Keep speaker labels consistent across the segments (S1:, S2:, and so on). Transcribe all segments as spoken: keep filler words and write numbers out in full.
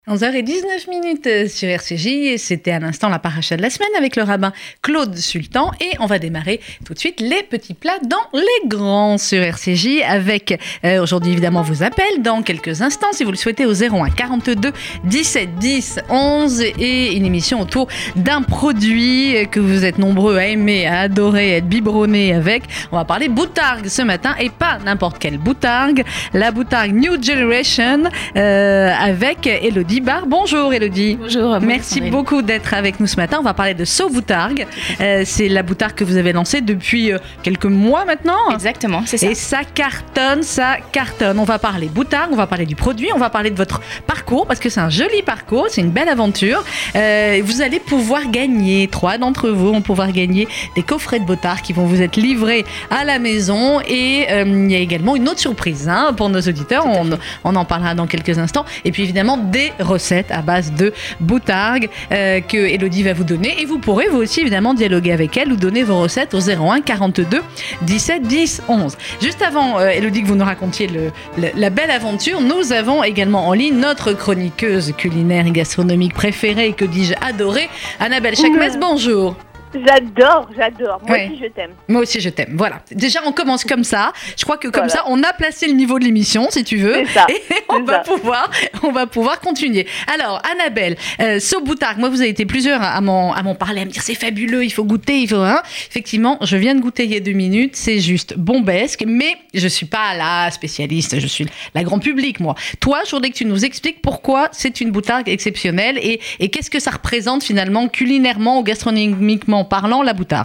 S1: onze heures dix-neuf minutes sur R C J, et c'était à l'instant la paracha de la semaine avec le rabbin Claude Sultan, et on va démarrer tout de suite les petits plats dans les grands sur R C J avec euh, aujourd'hui évidemment vos appels dans quelques instants si vous le souhaitez au zéro un quarante-deux dix-sept dix onze, et une émission autour d'un produit que vous êtes nombreux à aimer, à adorer, à être biberonnés avec. On va parler boutargue ce matin, et pas n'importe quelle boutargue, la boutargue New Generation euh, avec Elodie Bar. Bonjour Elodie.
S2: Bonjour.
S1: Merci
S2: bonjour.
S1: beaucoup d'être avec nous ce matin. On va parler de So Boutargue. Euh, c'est la boutargue que vous avez lancée depuis euh, quelques mois maintenant.
S2: Exactement, c'est ça.
S1: Et ça cartonne, ça cartonne. On va parler boutargue, on va parler du produit, on va parler de votre parcours parce que c'est un joli parcours, c'est une belle aventure. Euh, vous allez pouvoir gagner, trois d'entre vous vont pouvoir gagner des coffrets de boutargue qui vont vous être livrés à la maison. Et euh, il y a également une autre surprise hein, pour nos auditeurs. On, on en parlera dans quelques instants. Et puis évidemment des recettes à base de boutargue euh, que Elodie va vous donner, et vous pourrez vous aussi évidemment dialoguer avec elle ou donner vos recettes au zéro un quarante-deux dix-sept dix onze. Juste avant euh, Elodie que vous nous racontiez le, le, la belle aventure, nous avons également en ligne notre chroniqueuse culinaire et gastronomique préférée, que dis-je adorée, Annabelle Chakmes. Bonjour.
S3: J'adore, j'adore. Moi
S1: ouais.
S3: aussi, je t'aime.
S1: Moi aussi, je t'aime. Voilà. Déjà, on commence comme ça. Je crois que comme
S3: voilà.
S1: ça, on a placé le niveau de l'émission, si tu veux.
S3: C'est ça.
S1: Et on
S3: C'est
S1: va
S3: ça.
S1: pouvoir, on va pouvoir continuer. Alors, Annabelle, euh, So Boutargue, moi, vous avez été plusieurs à m'en, à m'en parler, à me dire c'est fabuleux, il faut goûter, il faut. Hein. Effectivement, je viens de goûter il y a deux minutes. C'est juste bombesque, mais je suis pas la spécialiste. Je suis la grand public, moi. Toi, je voudrais que tu nous expliques pourquoi c'est une boutargue exceptionnelle et, et qu'est-ce que ça représente finalement culinairement ou gastronomiquement parlant, la boutargue.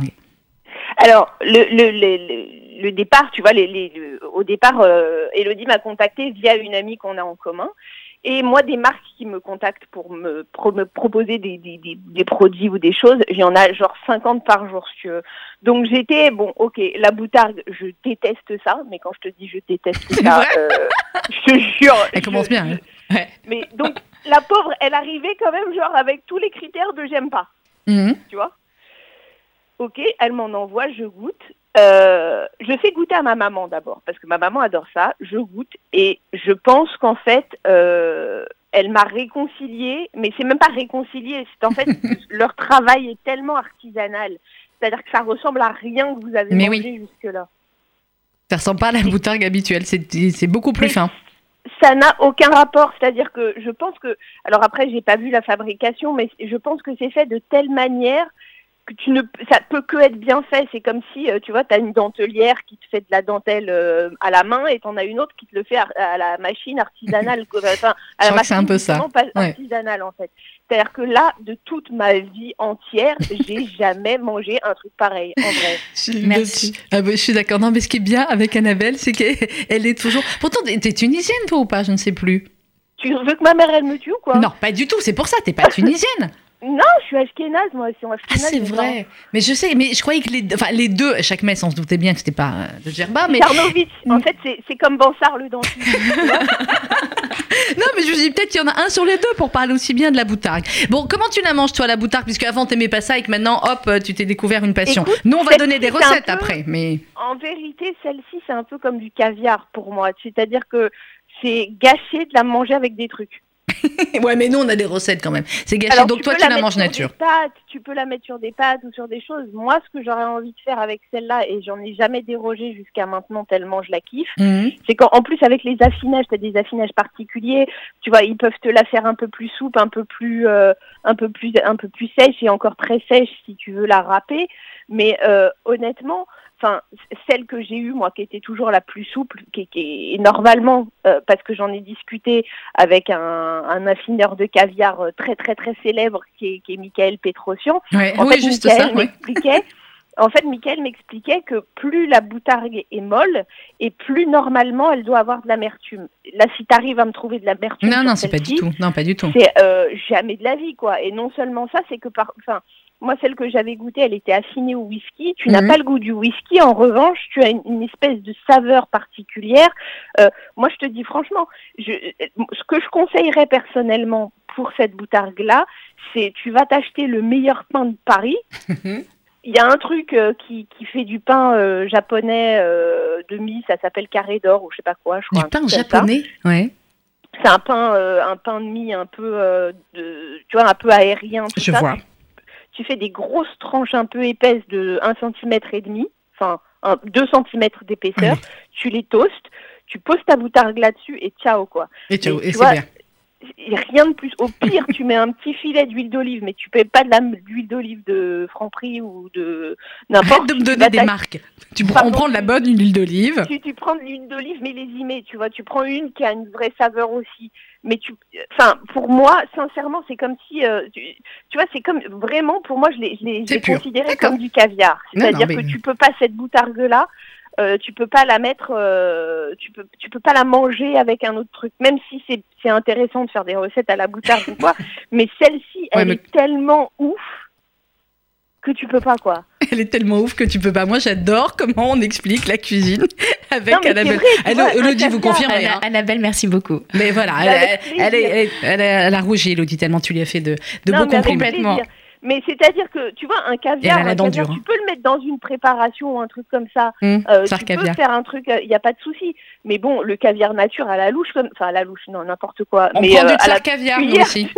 S3: Alors, le, le, le, le départ, tu vois, les, les, le, au départ, euh, Elodie m'a contactée via une amie qu'on a en commun. Et moi, des marques qui me contactent pour me, pro, me proposer des, des, des, des produits ou des choses, il y en a genre cinquante par jour, si tu veux. Donc, j'étais, bon, ok, la boutargue, je déteste ça. Mais quand je te dis je déteste
S1: C'est
S3: ça,
S1: vrai
S3: euh, je te jure.
S1: Elle
S3: je,
S1: commence bien. Hein. Ouais.
S3: Mais donc, la pauvre, elle arrivait quand même genre avec tous les critères de j'aime pas.
S1: Mmh.
S3: Tu vois ? Ok, elle m'en envoie, je goûte. Euh, je fais goûter à ma maman d'abord, parce que ma maman adore ça. Je goûte et je pense qu'en fait, euh, elle m'a réconciliée, mais c'est même pas réconciliée, c'est en fait, leur travail est tellement artisanal. C'est-à-dire que ça ressemble à rien que vous avez
S1: mais
S3: mangé
S1: oui.
S3: jusque-là.
S1: Ça ressemble pas à la boutargue habituelle, c'est, c'est beaucoup plus
S3: mais
S1: fin.
S3: Ça n'a aucun rapport, c'est-à-dire que je pense que... Alors après, j'ai pas vu la fabrication, mais je pense que c'est fait de telle manière que tu ne, ça peut que être bien fait. C'est comme si, euh, tu vois, tu as une dentelière qui te fait de la dentelle euh, à la main et tu en as une autre qui te le fait à, à la machine artisanale. Enfin, à
S1: Je
S3: la
S1: crois que c'est un peu ça.
S3: Pas
S1: ouais.
S3: artisanale, en fait. C'est-à-dire que là, de toute ma vie entière, j'ai jamais mangé un truc pareil, en vrai.
S1: Je,
S2: Merci.
S1: Ah bah, je suis d'accord. Non, mais ce qui est bien avec Annabelle, c'est qu'elle est toujours... Pourtant, t'es tunisienne, toi, ou pas? Je ne sais plus.
S3: Tu veux que ma mère, elle me tue ou quoi?
S1: Non, pas du tout. C'est pour ça, t'es pas tunisienne.
S3: Non, je suis ashkénaze, moi. Si on
S1: Ah, c'est vrai. Temps. Mais je sais, mais je croyais que les, enfin, les deux, chaque messe, on se doutait bien que c'était pas euh, de Djerba, mais...
S3: Karnovitch. En fait, c'est, c'est comme Bansard le dentiste.
S1: Non, mais je me dis peut-être qu'il y en a un sur les deux pour parler aussi bien de la boutargue. Bon, comment tu la manges, toi, la boutargue? Puisque avant, t'aimais pas ça et que maintenant, hop, tu t'es découvert une passion.
S3: Écoute,
S1: nous, on va donner des recettes
S3: peu,
S1: après, mais...
S3: En vérité, celle-ci, c'est un peu comme du caviar pour moi. C'est-à-dire que c'est gâché de la manger avec des trucs.
S1: Ouais, mais nous, on a des recettes quand même. C'est gâché,
S3: alors,
S1: donc
S3: tu
S1: toi,
S3: tu
S1: la
S3: la
S1: manges nature.
S3: Pâtes, tu peux la mettre sur des pâtes ou sur des choses. Moi, ce que j'aurais envie de faire avec celle-là, et j'en ai jamais dérogé jusqu'à maintenant tellement je la kiffe, mmh. c'est qu'en plus, avec les affinages, tu as des affinages particuliers. Tu vois, ils peuvent te la faire un peu plus souple, un peu plus, euh, un peu plus, un peu plus sèche et encore très sèche si tu veux la râper. Mais euh, honnêtement... Enfin, celle que j'ai eue, moi, qui était toujours la plus souple, qui, qui est normalement, euh, parce que j'en ai discuté avec un, un affineur de caviar très, très, très célèbre, qui est, qui est Michael Petrosian.
S1: Ouais,
S3: en
S1: oui,
S3: fait,
S1: juste
S3: Michael
S1: ça,
S3: m'expliquait, en fait, Michael m'expliquait que plus la boutargue est molle, et plus normalement elle doit avoir de l'amertume. Là, si tu arrives à me trouver de l'amertume,
S1: non, non, c'est pas du tout. Non, pas du tout.
S3: C'est euh, jamais de la vie, quoi. Et non seulement ça, c'est que par, enfin. Moi, celle que j'avais goûtée, elle était affinée au whisky. Tu mmh. n'as pas le goût du whisky. En revanche, tu as une, une espèce de saveur particulière. Euh, moi, je te dis franchement, je, ce que je conseillerais personnellement pour cette boutargue-là, c'est tu vas t'acheter le meilleur pain de Paris. Il y a un truc euh, qui, qui fait du pain euh, japonais euh, de mie, ça s'appelle carré d'or ou je sais pas quoi. Je crois,
S1: du pain japonais, ouais.
S3: c'est un pain, euh, un pain de mie un peu, euh, de, tu vois, un peu aérien. Tout
S1: Je
S3: ça.
S1: vois.
S3: Tu, tu fais des grosses tranches un peu épaisses de un centimètre et demi, enfin deux centimètres d'épaisseur. Oui. Tu les toastes, tu poses ta boutargue là-dessus et ciao quoi.
S1: Et ciao, et, et c'est bien.
S3: Rien de plus. Au pire, tu mets un petit filet d'huile d'olive, mais tu ne payes pas de la, d'huile d'olive de Franprix ou de n'importe.
S1: Arrête de me donner des marques. Tu prends, on prend de la bonne huile d'olive.
S3: Tu, tu prends de l'huile d'olive, mais les y mets, tu vois. Tu prends une qui a une vraie saveur aussi. Mais tu, enfin, pour moi, sincèrement, c'est comme si, euh, tu, tu vois, c'est comme vraiment, pour moi, je l'ai, je l'ai, je l'ai considéré D'accord. comme du caviar. C'est-à-dire non, non, mais... que tu peux pas cette boutargue-là. Euh, tu peux pas la mettre, euh, tu peux, tu peux pas la manger avec un autre truc, même si c'est, c'est intéressant de faire des recettes à la boutarde ou quoi. Mais celle-ci, elle ouais, mais... est tellement ouf que tu peux pas quoi.
S1: Elle est tellement ouf que tu peux pas. Moi, j'adore comment on explique la cuisine avec non, Annabelle. Elodie, vous confirmez.
S2: Hein. Annabelle, merci beaucoup.
S1: Mais voilà, elle, elle, elle, elle, elle, elle a rougi, Elodie, tellement tu lui as fait de, de
S3: non,
S1: beaux compliments.
S3: Complètement. Mais c'est-à-dire que, tu vois, un caviar, un caviar tu peux le mettre dans une préparation ou un truc comme ça.
S1: Mmh,
S3: euh, tu
S1: caviar.
S3: peux faire un truc, il n'y a pas de souci. Mais bon, le caviar nature à la louche, comme... enfin à la louche, non, n'importe quoi.
S1: On
S3: mais,
S1: prend
S3: euh,
S1: du tsar caviar, nous aussi.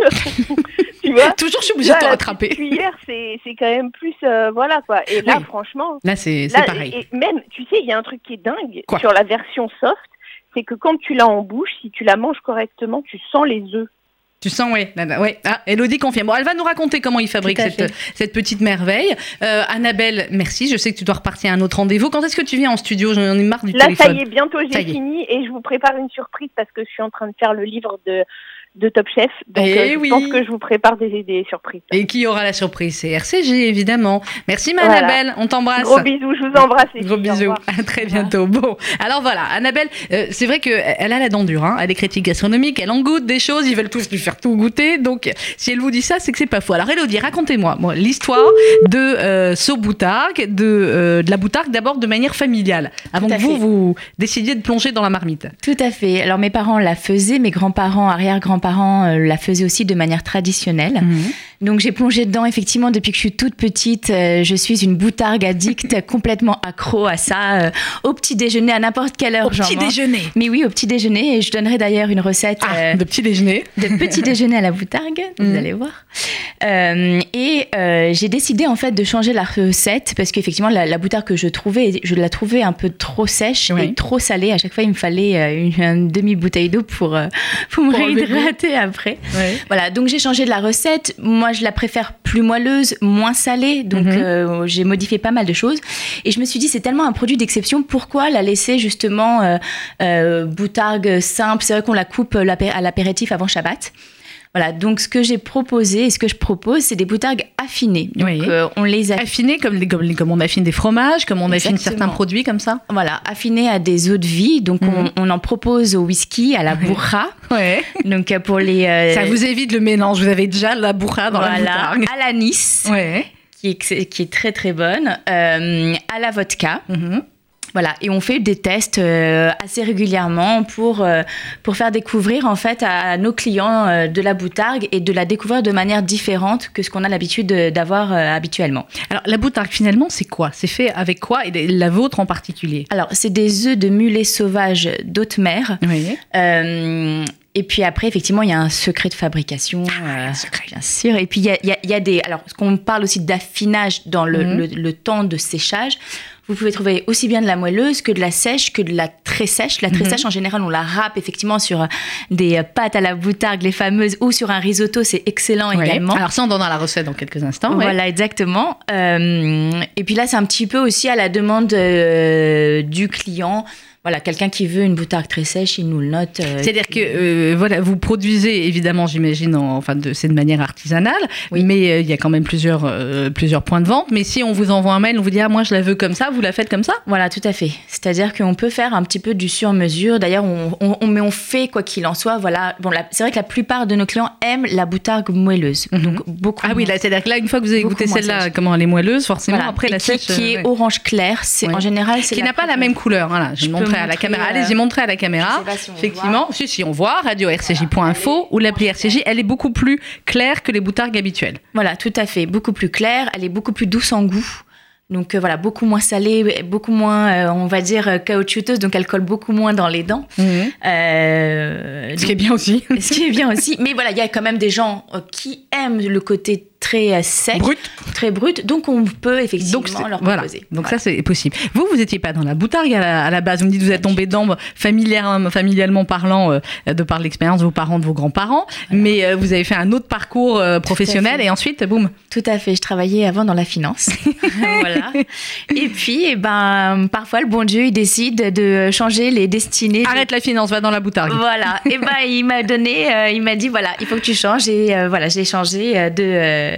S3: Tu vois
S1: toujours, je suis obligée de te rattraper.
S3: La cuillère, c'est, c'est quand même plus, euh, voilà quoi. Et là, oui. franchement...
S1: Là, c'est, c'est là, pareil.
S3: Et, et même, tu sais, il y a un truc qui est dingue
S1: quoi
S3: sur la version soft, c'est que quand tu l'as en bouche, si tu la manges correctement, tu sens les œufs.
S1: Tu sens, oui. Ouais. Ah, Elodie confirme. Bon, elle va nous raconter comment il fabrique cette, cette petite merveille. Euh, Annabelle, merci. Je sais que tu dois repartir à un autre rendez-vous. Quand est-ce que tu viens en studio ? J'en ai marre du
S3: Là,
S1: téléphone.
S3: Là, ça y est, bientôt j'ai fini et je vous prépare une surprise parce que je suis en train de faire le livre de... de Top Chef, donc euh,
S1: oui.
S3: je pense que je vous prépare des, des surprises.
S1: Et qui aura la surprise ? C'est R C G, évidemment. Merci, ma voilà. Annabelle, on t'embrasse.
S3: Gros bisous, je vous embrasse.
S1: Gros bisous, à très bientôt. Bon, alors voilà, Annabelle, euh, c'est vrai qu'elle a la dent dure, hein. Elle est critique gastronomique, elle en goûte des choses, ils veulent tous lui faire tout goûter, donc si elle vous dit ça, c'est que c'est pas faux. Alors Elodie, racontez-moi moi, l'histoire de euh, ce boutargue, de, euh, de la boutargue d'abord de manière familiale, avant que vous, vous décidiez de plonger dans la marmite.
S2: Tout à fait, alors mes parents la faisaient, mes grands-parents, arrière-grands-parents euh, la faisaient aussi de manière traditionnelle. Mmh. Donc j'ai plongé dedans effectivement depuis que je suis toute petite. Euh, je suis une boutargue addict, complètement accro à ça. Euh, au petit déjeuner, à n'importe quelle heure.
S1: Au petit
S2: mange.
S1: déjeuner.
S2: Mais oui, au petit déjeuner. Et je donnerai d'ailleurs une recette
S1: ah, euh, de petit déjeuner.
S2: De petit déjeuner à la boutargue. Mmh. Vous allez voir. Euh, et euh, j'ai décidé en fait de changer la recette parce qu'effectivement la, la boutargue que je trouvais, je la trouvais un peu trop sèche oui. et trop salée. À chaque fois, il me fallait une, une demi bouteille d'eau pour euh, pour me pour réhydrater après. Oui. Voilà. Donc j'ai changé de la recette. Moi, je la préfère plus moelleuse, moins salée. Donc, mm-hmm. euh, j'ai modifié pas mal de choses. Et je me suis dit, c'est tellement un produit d'exception. Pourquoi la laisser justement euh, euh, boutargue simple ? C'est vrai qu'on la coupe à l'apéritif avant Shabbat. Voilà, donc ce que j'ai proposé et ce que je propose, c'est des boutargues affinées. Donc,
S1: oui.
S2: euh, on les
S1: affine... affinées comme, comme, comme on affine des fromages, comme on Exactement. affine certains produits comme ça.
S2: Voilà, affinées à des eaux de vie. Donc, mmh. on, on en propose au whisky, à la oui. bourra.
S1: Ouais.
S2: Donc, pour les. Euh...
S1: Ça vous évite le mélange. Vous avez déjà la bourra dans
S2: voilà.
S1: la boutargue.
S2: À l'anis,
S1: ouais.
S2: qui, est, qui est très très bonne. Euh, à la vodka.
S1: Mmh.
S2: Voilà, et on fait des tests euh, assez régulièrement pour, euh, pour faire découvrir en fait à nos clients euh, de la boutargue et de la découvrir de manière différente que ce qu'on a l'habitude de, d'avoir euh, habituellement.
S1: Alors la boutargue finalement c'est quoi ? C'est fait avec quoi et la vôtre en particulier ?
S2: Alors c'est des œufs de mulet sauvage d'haute mer.
S1: Oui.
S2: Euh, Et puis après, effectivement, il y a un secret de fabrication,
S1: ah,
S2: euh,
S1: secret.
S2: bien sûr. Et puis, il y a, il y a, il y a des... Alors, ce qu'on parle aussi d'affinage dans le, mmh. le, le temps de séchage, vous pouvez trouver aussi bien de la moelleuse que de la sèche, que de la très sèche. La très mmh. sèche, en général, on la râpe effectivement sur des pâtes à la boutargue, les fameuses, ou sur un risotto, c'est excellent oui. également.
S1: Alors ça, on donnera la recette dans quelques instants.
S2: Voilà,
S1: ouais.
S2: exactement. Euh, et puis là, c'est un petit peu aussi à la demande euh, du client. Voilà, quelqu'un qui veut une boutargue très sèche, il nous le note. Euh,
S1: C'est-à-dire que euh, voilà, vous produisez évidemment, j'imagine, en, enfin de cette manière artisanale, oui. mais euh, il y a quand même plusieurs euh, plusieurs points de vente. Mais si on vous envoie un mail, on vous dit ah moi je la veux comme ça, vous la faites comme ça ?
S2: Voilà, tout à fait. C'est-à-dire qu'on peut faire un petit peu du sur-mesure. D'ailleurs, on, on, on mais on fait quoi qu'il en soit. Voilà, bon, la, c'est vrai que la plupart de nos clients aiment la boutargue moelleuse, mm-hmm. donc beaucoup.
S1: Ah oui, là, c'est-à-dire que là, une fois que vous avez goûté celle-là, sèche. Comment elle est moelleuse, forcément
S2: voilà.
S1: après
S2: Et
S1: la
S2: qui,
S1: sèche
S2: qui
S1: euh,
S2: est orange clair, c'est
S1: ouais.
S2: en général c'est
S1: qui
S2: la
S1: n'a pas la même couleur. Voilà, je, je montrer à la caméra. Euh... Allez, j'ai montré à la caméra.
S2: Si
S1: Effectivement, si, si, on voit, radio r c j point info ou l'appli R C J, elle est beaucoup plus claire que les boutargues habituelles.
S2: Voilà, tout à fait, beaucoup plus claire, elle est beaucoup plus douce en goût. Donc euh, voilà, beaucoup moins salée, beaucoup moins, euh, on va dire, euh, caoutchouteuse, donc elle colle beaucoup moins dans les dents.
S1: Mmh.
S2: Euh,
S1: ce
S2: donc,
S1: qui est bien aussi.
S2: Ce qui est bien aussi. Mais voilà, il y a quand même des gens euh, qui aiment le côté très euh, sec,
S1: brut.
S2: très brut, donc on peut effectivement
S1: donc
S2: leur
S1: voilà.
S2: proposer.
S1: Donc
S2: voilà.
S1: ça, c'est possible. Vous, vous n'étiez pas dans la boutargue à la, à la base. Vous me dites que vous êtes tombé dedans familialement, familialement parlant, euh, de par l'expérience de vos parents, de vos grands-parents, voilà. mais euh, vous avez fait un autre parcours euh, professionnel et ensuite, boum.
S2: Tout à fait. Je travaillais avant dans la finance. Voilà. Et puis, eh ben, parfois, le bon Dieu, il décide de changer les destinées.
S1: Arrête
S2: de...
S1: la finance, va dans la boutargue.
S2: Voilà. Et ben, il m'a donné, euh, il m'a dit, voilà, il faut que tu changes. Et euh, voilà, j'ai changé de... Euh,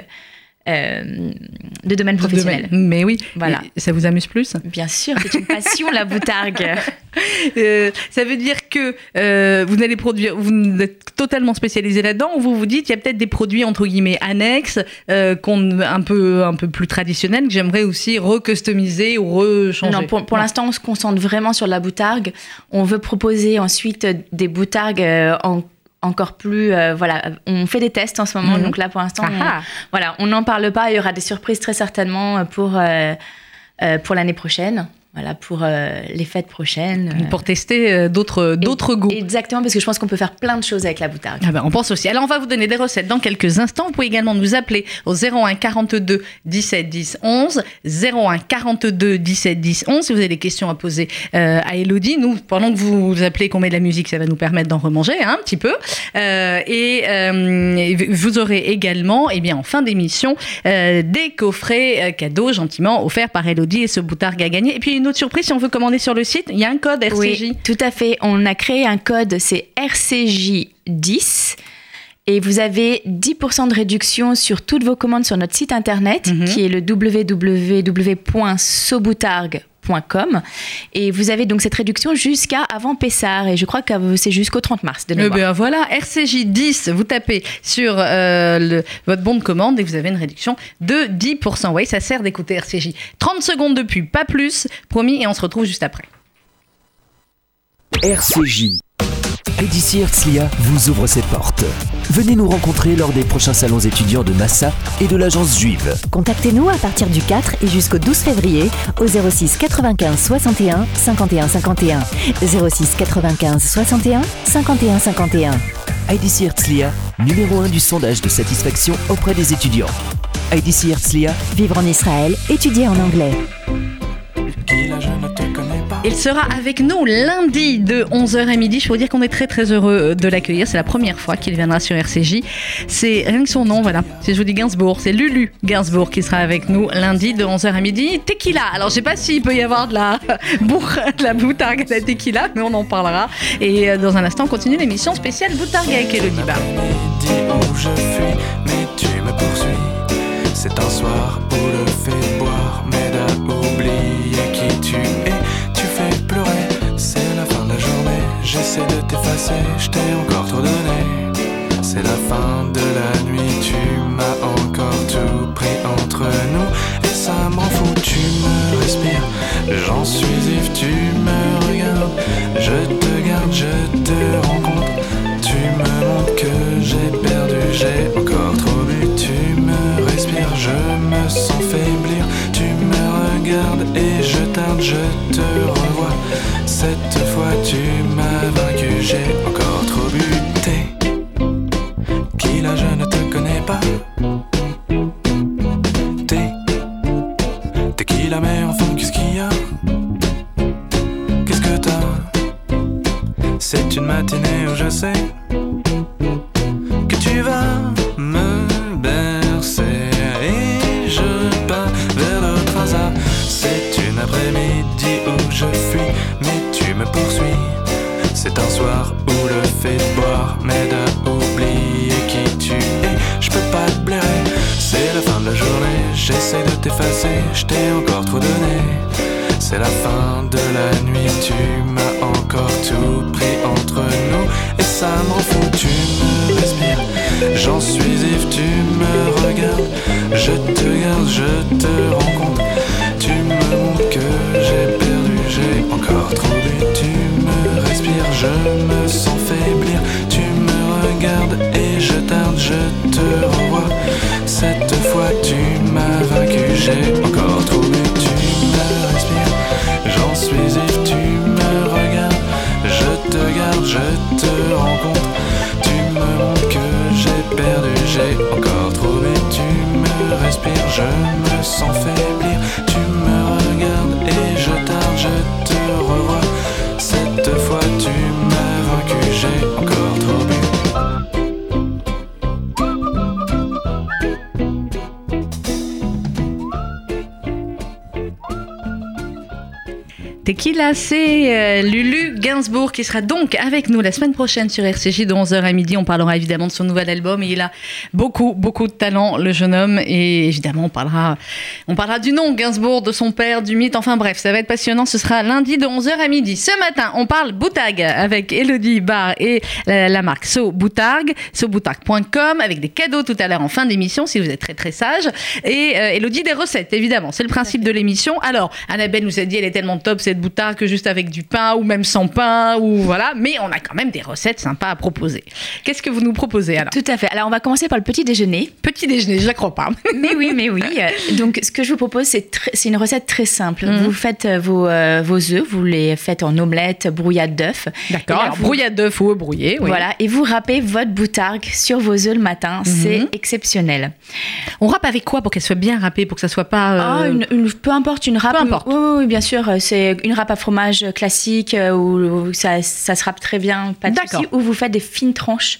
S2: Euh, de domaine professionnel.
S1: De domaine. Mais oui,
S2: voilà.
S1: Et ça vous amuse plus ?
S2: Bien sûr, c'est une passion, la boutargue.
S1: Euh, ça veut dire que euh, vous allez produire, vous êtes totalement spécialisé là-dedans, ou vous vous dites il y a peut-être des produits entre guillemets annexes, euh, qu'on, un peu un peu plus traditionnels, que j'aimerais aussi recustomiser ou rechanger.
S2: Non, pour, pour non. l'instant, on se concentre vraiment sur la boutargue. On veut proposer ensuite des boutargues euh, en encore plus, euh, voilà, on fait des tests en ce moment, mmh. donc là pour l'instant, on, voilà, on n'en parle pas. Il y aura des surprises très certainement pour euh, euh, pour l'année prochaine. Voilà, pour euh, les fêtes prochaines.
S1: Euh... Pour tester euh, d'autres, d'autres
S2: et,
S1: goûts.
S2: Exactement, parce que je pense qu'on peut faire plein de choses avec la boutargue.
S1: Ah ben, on pense aussi. Alors, on va vous donner des recettes dans quelques instants. Vous pouvez également nous appeler au zéro un quarante-deux dix-sept dix onze, zéro un quarante-deux dix-sept dix onze, si vous avez des questions à poser euh, à Élodie. Nous, pendant que vous vous appelez, qu'on met de la musique, ça va nous permettre d'en remanger hein, un petit peu. Euh, et, euh, et vous aurez également, eh bien, en fin d'émission, euh, des coffrets euh, cadeaux gentiment offerts par Élodie et ce boutargue à gagner. Et puis, une autre surprise, si on veut commander sur le site, il y a un code R C J.
S2: Oui, tout à fait. On a créé un code, c'est R C J dix. Et vous avez dix pour cent de réduction sur toutes vos commandes sur notre site internet, mm-hmm. qui est le w w w point soboutargue point com. Et vous avez donc cette réduction jusqu'à avant Pessard. Et je crois que c'est jusqu'au trente mars de mémoire.
S1: Eh bien voilà, R C J dix, vous tapez sur euh, le, votre bon de commande et vous avez une réduction de dix pour cent. Oui, ça sert d'écouter R C J. trente secondes de pub, pas plus, promis, et on se retrouve juste après.
S4: R C J. Edici Herzliya vous ouvre ses portes. Venez nous rencontrer lors des prochains salons étudiants de Massa et de l'Agence Juive.
S5: Contactez-nous à partir du quatre et jusqu'au douze février au zéro six quatre-vingt-quinze soixante et un cinquante et un cinquante et un. zéro six quatre-vingt-quinze soixante et un cinquante et un cinquante et un.
S4: Edici Herzliya, numéro un du sondage de satisfaction auprès des étudiants. Edici Herzliya.
S5: Vivre en Israël, étudier en anglais.
S1: Il sera avec nous lundi de onze heures à midi. Je peux vous dire qu'on est très très heureux de l'accueillir. C'est la première fois qu'il viendra sur R C J. C'est rien que son nom, voilà. Si je vous dis Gainsbourg, c'est Lulu Gainsbourg qui sera avec nous lundi de onze heures à midi. Tequila. Alors je sais pas s'il peut y avoir de la bourre, de la boutargue à la tequila, mais on en parlera. Et dans un instant, on continue l'émission spéciale boutargue avec Élodie Bar.
S6: Où je fuis, mais tu me poursuis. C'est un soir où le fait boire m'aide à oublier qui tu es. Tu fais pleurer, c'est la fin de la journée. J'essaie de t'effacer, je t'ai encore trop donné. C'est la fin de la nuit, tu m'as encore tout pris entre nous. Et ça m'en fout, tu me respires. J'en suis ivre, tu me regardes. Je te garde, je te rencontre. Tu me montres que j'ai perdu, j'ai encore trop bu. Tu me respires, je me sens faiblir. Tu me regardes et je tarde, je te revois. Cette fois tu m'as vaincu, j'ai encore trop bu. T'es qui là, je ne te connais pas. T'es T'es qui là, mais enfin qu'est-ce qu'il y a? Qu'est-ce que t'as? C'est une matinée où je sais que tu vas me bercer et je pars vers d'autres hasards. C'est une après-midi où je fuis, mais tu me poursuis. C'est un soir où le fait de boire m'aide à oublier qui tu es. Je peux pas te blairer, c'est la fin de la journée. J'essaie de t'effacer, je t'ai encore trop donné. C'est la fin de la nuit, tu m'as encore tout pris entre nous. Et ça me rend fou, tu me respires. J'en suis ivre, tu me regardes. Je te garde, je te rencontre. Tu me montres que j'ai perdu, j'ai encore trop bu. Tu me respires, je me sens faiblir. Tu me regardes et je tarde, je te revois. Cette fois tu m'as vaincu, j'ai encore trop bu. Tu j'ai encore trop bu. Tu me respires, je me sens faiblir. Tu me regardes et je tarde, je te revois. Cette fois tu m'as vaincu, j'ai encore trop bu.
S1: Tequila, c'est euh, Lulu Gainsbourg qui sera donc avec nous la semaine prochaine sur R C J de onze heures à midi. On parlera évidemment de son nouvel album et il a beaucoup, beaucoup de talent, le jeune homme. Et évidemment, on parlera, on parlera du nom Gainsbourg, de son père, du mythe. Enfin bref, ça va être passionnant. Ce sera lundi de onze heures à midi. Ce matin, on parle Boutag avec Elodie Barr et la, la marque So Boutag, so boutag point com, avec des cadeaux tout à l'heure en fin d'émission si vous êtes très très sage. Et euh, Elodie, des recettes, évidemment. C'est le principe de l'émission. Alors, Annabelle nous a dit, elle est tellement top, cette boutard que juste avec du pain ou même sans pain ou voilà, mais on a quand même des recettes sympas à proposer. Qu'est-ce que vous nous proposez alors ?
S2: Tout à fait. Alors on va commencer par le petit déjeuner.
S1: Petit déjeuner, je ne crois pas.
S2: Mais oui, mais oui. Donc ce que je vous propose, c'est, tr- c'est une recette très simple. Mmh. Vous faites vos, euh, vos œufs, vous les faites en omelette, brouillade d'œufs.
S1: D'accord, alors
S2: vous...
S1: brouillade d'œufs ou œufs brouillés. Oui.
S2: Voilà, et vous râpez votre boutargue sur vos œufs le matin. Mmh. C'est exceptionnel.
S1: On râpe avec quoi pour qu'elle soit bien râpée, pour que ça soit pas... Euh...
S2: Oh, une, une, peu importe, une râpe.
S1: Peu importe.
S2: Oui, oui, oui, bien sûr. C'est une râpe à fromage classique euh, où, où ça, ça se râpe très bien, pas de souci. Ou vous faites des fines tranches.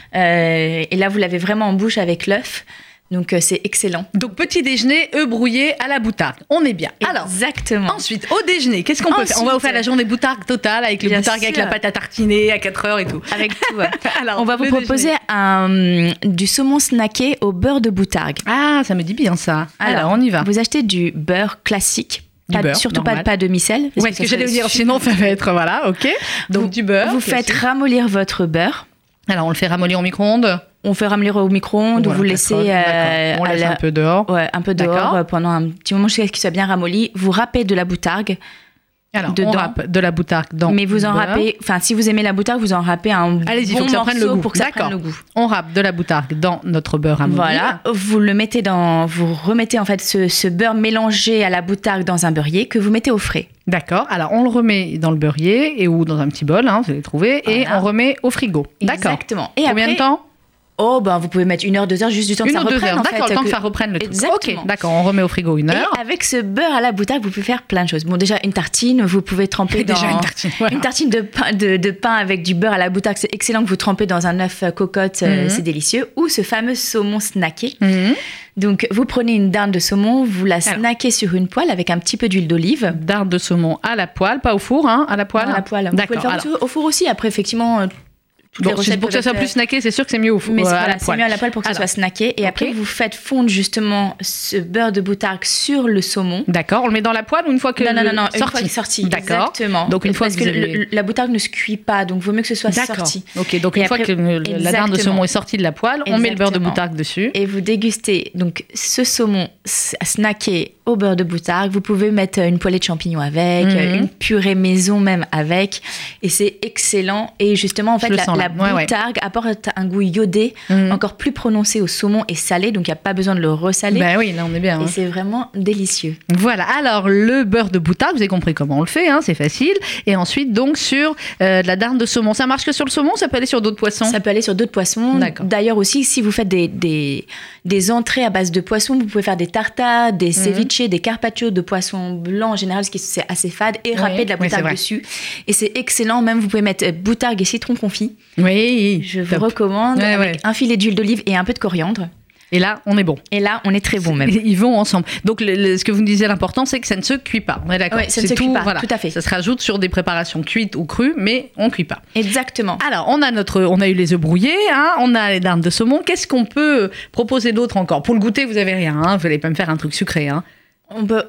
S2: Euh, et là, vous l'avez vraiment en bouche avec l'œuf. Donc, euh, c'est excellent.
S1: Donc, petit déjeuner, œufs brouillés à la boutargue. On est bien. Alors,
S2: exactement.
S1: Ensuite, au déjeuner, qu'est-ce qu'on ensuite, peut faire ? On va vous faire la journée boutargue totale avec le boutargue avec la pâte à tartiner à quatre heures et tout.
S2: Avec tout. Alors, on va vous proposer un, du saumon snacké au beurre de boutargue.
S1: Ah, ça me dit bien ça. Alors, Alors on y va.
S2: Vous achetez du beurre classique. Pas, beurre, surtout normal. Pas de demi-sel.
S1: Oui, ce que, que j'allais vous dire, sinon ça va être, voilà, ok. Donc
S2: vous,
S1: du beurre.
S2: Vous faites ramollir votre beurre.
S1: Alors on le fait ramollir au micro-ondes.
S2: On fait ramollir au micro-ondes, voilà, ou vous laissez...
S1: Euh, on laisse la... un peu dehors.
S2: Ouais, un peu dehors D'accord. pendant un petit moment jusqu'à ce qu'il soit bien ramolli. Vous râpez de la boutargue.
S1: Alors,
S2: dedans.
S1: on râpe de la boutargue dans
S2: Mais vous en
S1: beurre.
S2: râpez... Enfin, si vous aimez la boutargue, vous en râpez un
S1: Allez-y,
S2: bon
S1: faut que ça
S2: morceau
S1: prenne le goût.
S2: pour que ça
S1: D'accord.
S2: prenne le goût.
S1: On râpe de la boutargue dans notre beurre ramolli.
S2: Voilà. Vous le mettez dans... Vous remettez en fait ce, ce beurre mélangé à la boutargue dans un beurrier que vous mettez au frais.
S1: D'accord. Alors, on le remet dans le beurrier et ou dans un petit bol, hein, vous allez trouver, voilà. Et on remet au frigo. D'accord.
S2: Exactement. Et
S1: combien
S2: après,
S1: de temps ?
S2: Oh, ben, vous pouvez mettre une heure, deux heures, juste du temps
S1: une
S2: que ça reprenne.
S1: Une ou deux heures,
S2: en
S1: d'accord,
S2: fait,
S1: le temps
S2: que...
S1: que ça reprenne le truc.
S2: Exactement.
S1: Ok, d'accord, on remet au frigo une heure.
S2: Et avec ce beurre à la boutargue, vous pouvez faire plein de choses. Bon, déjà, une tartine, vous pouvez tremper dans...
S1: Déjà une tartine, voilà.
S2: Une tartine de pain, de, de pain avec du beurre à la boutargue, c'est excellent que vous trempez dans un œuf cocotte, mm-hmm. euh, c'est délicieux. Ou ce fameux saumon snacké. Mm-hmm. Donc, vous prenez une dinde de saumon, vous la snackez sur une poêle avec un petit peu d'huile d'olive.
S1: Dinde de saumon à la poêle, pas au four, hein, à la poêle.
S2: Non, à la poêle. Vous
S1: d'accord,
S2: pouvez le faire alors. Au four aussi, après, effectivement...
S1: Bon, pour que ça soit plus snacké, c'est sûr que c'est mieux au four.
S2: Mais c'est,
S1: à
S2: voilà,
S1: la
S2: c'est mieux à la poêle pour que
S1: alors,
S2: ça soit snacké. Et okay. après, vous faites fondre justement ce beurre de boutargue sur le saumon.
S1: D'accord. On le met dans la poêle ou une fois que
S2: non, non, non, non,
S1: sorti.
S2: une fois qu'il est sorti.
S1: D'accord.
S2: Exactement.
S1: Donc une fois
S2: parce
S1: que,
S2: que
S1: avez...
S2: le, la boutargue ne se cuit pas, donc il vaut mieux que ce soit
S1: D'accord.
S2: sorti.
S1: Ok. Donc une et fois après, que le, la dinde de saumon est sortie de la poêle, on Exactement. met le beurre de boutargue dessus.
S2: Et vous dégustez donc ce saumon snacké au beurre de boutargue. Vous pouvez mettre une poêlée de champignons avec, mm-hmm. une purée maison même avec, et c'est excellent. Et justement, en fait, la, la
S1: ouais,
S2: boutargue ouais. apporte un goût iodé mm-hmm. encore plus prononcé au saumon et salé, donc il n'y a pas besoin de le ressaler.
S1: Ben oui, là on est bien.
S2: Et
S1: hein.
S2: c'est vraiment délicieux.
S1: Voilà. Alors le beurre de boutargue, vous avez compris comment on le fait, hein, c'est facile. Et ensuite donc sur euh, de la dinde de saumon. Ça marche que sur le saumon, ça peut aller sur d'autres poissons.
S2: Ça peut aller sur d'autres poissons.
S1: D'accord.
S2: D'ailleurs aussi, si vous faites des des, des entrées à base de poissons, vous pouvez faire des tartares, des ceviches, mm-hmm. des carpaccio de poissons blancs en général, ce qui c'est assez fade, et oui, râper de la boutargue oui, dessus. Et c'est excellent. Même vous pouvez mettre boutargue et citron confit.
S1: Oui.
S2: Je vous top. recommande ouais, avec ouais. un filet d'huile d'olive et un peu de coriandre.
S1: Et là, on est bon.
S2: Et là, on est très bon même.
S1: Ils vont ensemble. Donc, le, le, ce que vous me disiez, l'important, c'est que ça ne se cuit pas. On est d'accord.
S2: Oui, ça
S1: c'est
S2: ne se
S1: tout,
S2: cuit pas,
S1: voilà.
S2: tout à fait.
S1: Ça se rajoute sur des préparations cuites ou crues, mais on ne cuit pas.
S2: Exactement.
S1: Alors, on a, notre, on a eu les œufs brouillés, hein, on a les dindes de saumon. Qu'est-ce qu'on peut proposer d'autre encore ? Pour le goûter, vous n'avez rien. Hein, vous n'allez pas me faire un truc sucré. Hein.
S2: On peut...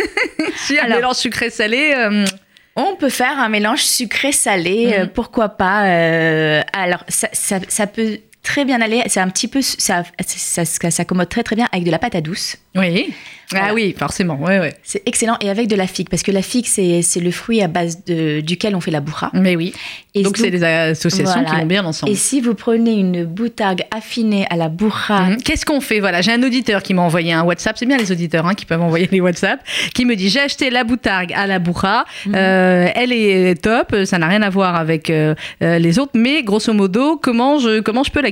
S1: Si un mélange sucré-salé... Euh...
S2: On peut faire un mélange sucré-salé, mmh. euh, pourquoi pas. Euh, alors, ça, ça, ça peut très bien aller. C'est un petit peu... Ça, ça, ça s'accommode très très bien avec de la pâte à douce.
S1: Oui. Voilà. Ah oui, forcément. Ouais, ouais.
S2: C'est excellent. Et avec de la figue, parce que la figue, c'est, c'est le fruit à base de, duquel on fait la bourra.
S1: Mais oui. Et donc, donc, c'est des associations voilà. qui vont bien ensemble.
S2: Et si vous prenez une boutargue affinée à la bourra...
S1: Mmh. Qu'est-ce qu'on fait ? Voilà, j'ai un auditeur qui m'a envoyé un WhatsApp. C'est bien les auditeurs hein, qui peuvent envoyer les WhatsApp. Qui me dit, j'ai acheté la boutargue à la bourra. Mmh. Euh, elle est top. Ça n'a rien à voir avec euh, les autres. Mais grosso modo, comment je, comment je peux la cuisiner ?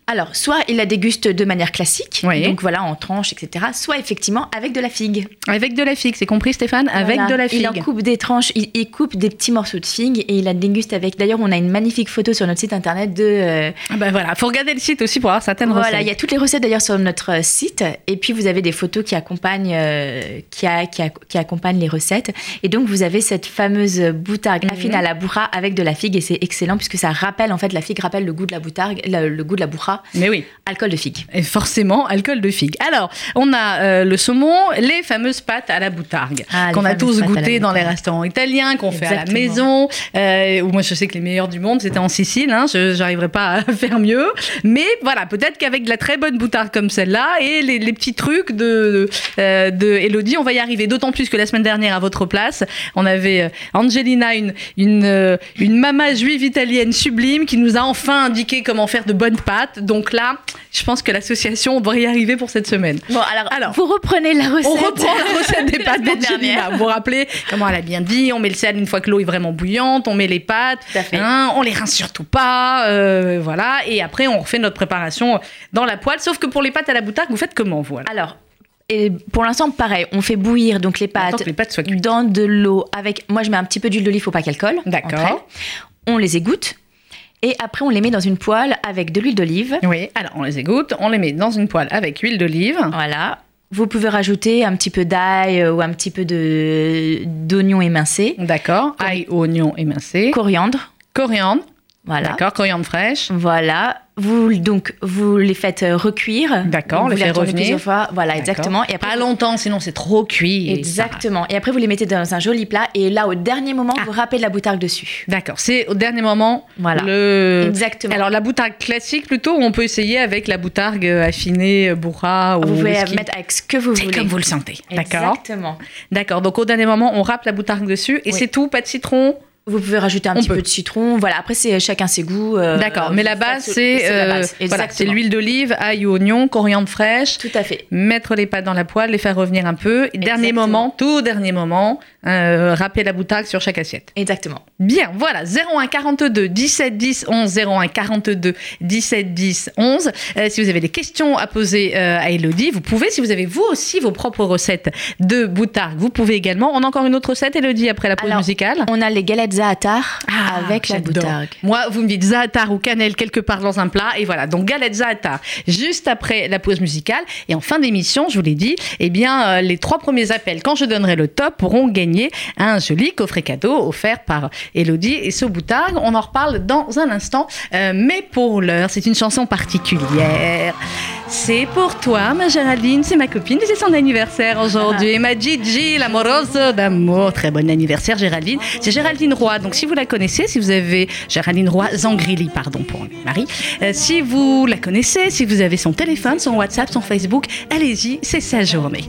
S2: Alors, soit il la déguste de manière classique,
S1: oui.
S2: donc voilà, en tranches, et cetera. Soit effectivement avec de la figue.
S1: Avec de la figue, c'est compris Stéphane ? Avec
S2: Voilà.
S1: de la figue.
S2: Il en coupe des tranches, il, il coupe des petits morceaux de figue et il la déguste avec. D'ailleurs, on a une magnifique photo sur notre site internet de... Euh...
S1: Ah ben voilà, il faut regarder le site aussi pour avoir certaines
S2: voilà,
S1: recettes.
S2: Voilà, il y a toutes les recettes d'ailleurs sur notre site. Et puis, vous avez des photos qui accompagnent, euh, qui, a, qui, a, qui accompagnent les recettes. Et donc, vous avez cette fameuse boutargue affinée mmh. à la bourra avec de la figue et c'est excellent puisque ça rappelle, en fait, la figue rappelle le goût de la boutargue, le, le goût de la bourra.
S1: Mais oui.
S2: Alcool de figue.
S1: Et forcément, alcool de figue. Alors, on a euh, le saumon, les fameuses pâtes à la boutargue, ah, qu'on a tous goûté dans les restaurants italiens, qu'on Exactement. fait à la maison. Euh, où moi, je sais que les meilleurs du monde, c'était en Sicile. Hein, je n'arriverai pas à faire mieux. Mais voilà, peut-être qu'avec de la très bonne boutargue comme celle-là et les, les petits trucs de, euh, de Élodie, on va y arriver. D'autant plus que la semaine dernière, à votre place, on avait euh, Angelina, une, une, euh, une maman juive italienne sublime qui nous a enfin indiqué comment faire de bonnes pâtes. Donc là, je pense que l'association devrait y arriver pour cette semaine.
S2: Bon, alors, alors vous reprenez la recette.
S1: On reprend la recette des pâtes d'Angelina. Vous vous rappelez comment elle a bien dit, on met le sel une fois que l'eau est vraiment bouillante, on met les pâtes, hein, on les rince surtout pas, euh, voilà. Et après, on refait notre préparation dans la poêle. Sauf que pour les pâtes à la boutargue, vous faites comment, vous alors,
S2: alors et pour l'instant, pareil, on fait bouillir donc les pâtes,
S1: les pâtes soient cuites.
S2: Dans de l'eau avec. Moi, je mets un petit peu d'huile d'olive, faut pas qu'elle colle.
S1: D'accord.
S2: On les égoutte. Et après, on les met dans une poêle avec de l'huile d'olive.
S1: Oui, alors on les égoutte, on les met dans une poêle avec huile d'olive.
S2: Voilà. Vous pouvez rajouter un petit peu d'ail ou un petit peu de, d'oignon émincé.
S1: D'accord.
S2: Cor-
S1: ail, oignon émincé.
S2: Coriandre.
S1: Coriandre.
S2: Voilà.
S1: D'accord, coriandre fraîche.
S2: Voilà. Vous, donc, vous les faites recuire.
S1: D'accord,
S2: donc,
S1: on les fait revenir.
S2: Plusieurs fois. Voilà, D'accord. exactement.
S1: Et après, pas longtemps, sinon c'est trop cuit.
S2: Exactement. Et après, vous les mettez dans un joli plat. Et là, au dernier moment, ah. vous râpez de la boutargue dessus.
S1: D'accord. C'est au dernier moment.
S2: Voilà.
S1: Le...
S2: Exactement.
S1: Alors, la boutargue classique plutôt, ou on peut essayer avec la boutargue affinée, bourra ou
S2: Vous pouvez
S1: whisky.
S2: mettre avec ce que vous
S1: c'est
S2: voulez.
S1: C'est comme vous le sentez. D'accord.
S2: Exactement.
S1: D'accord. Donc, au dernier moment, on râpe la boutargue dessus. Et oui. c'est tout, pas de citron.
S2: Vous pouvez rajouter un
S1: on
S2: petit
S1: peut.
S2: peu de citron. Voilà, après, c'est chacun ses goûts. Euh,
S1: D'accord, mais la base, c'est,
S2: c'est,
S1: euh,
S2: la base.
S1: voilà, c'est l'huile d'olive, ail, oignon, coriandre fraîche.
S2: Tout à fait.
S1: Mettre les pâtes dans la poêle, les faire revenir un peu. Et dernier moment, tout dernier moment, euh, râper la boutargue sur chaque assiette.
S2: Exactement.
S1: Bien, voilà, zéro un quarante-deux dix-sept dix onze, zéro un quarante-deux dix-sept dix onze. Euh, si vous avez des questions à poser euh, à Élodie, vous pouvez. Si vous avez vous aussi vos propres recettes de boutargue, vous pouvez également. On a encore une autre recette, Élodie, après la pause
S2: Alors,
S1: musicale.
S2: On a les galettes za'atar. Ah, avec la
S1: j'adore.
S2: boutargue.
S1: Moi, vous me dites za'atar ou cannelle quelque part dans un plat, et voilà. Donc galettes za'atar, juste après la pause musicale. Et en fin d'émission, je vous l'ai dit, eh bien, euh, les trois premiers appels, quand je donnerai le top, pourront gagner un joli coffret cadeau offert par Élodie et So Boutargue. On en reparle dans un instant, euh, mais pour l'heure, c'est une chanson particulière. C'est pour toi, ma Géraldine, c'est ma copine, c'est son anniversaire aujourd'hui. Et ma Gigi, l'amoureuse d'amour. Très bon anniversaire, Géraldine. C'est Géraldine Roy. Donc, si vous la connaissez, si vous avez Géraldine Roy Zangrilli, pardon pour Marie. Euh, si vous la connaissez, si vous avez son téléphone, son WhatsApp, son Facebook, allez-y, c'est sa journée.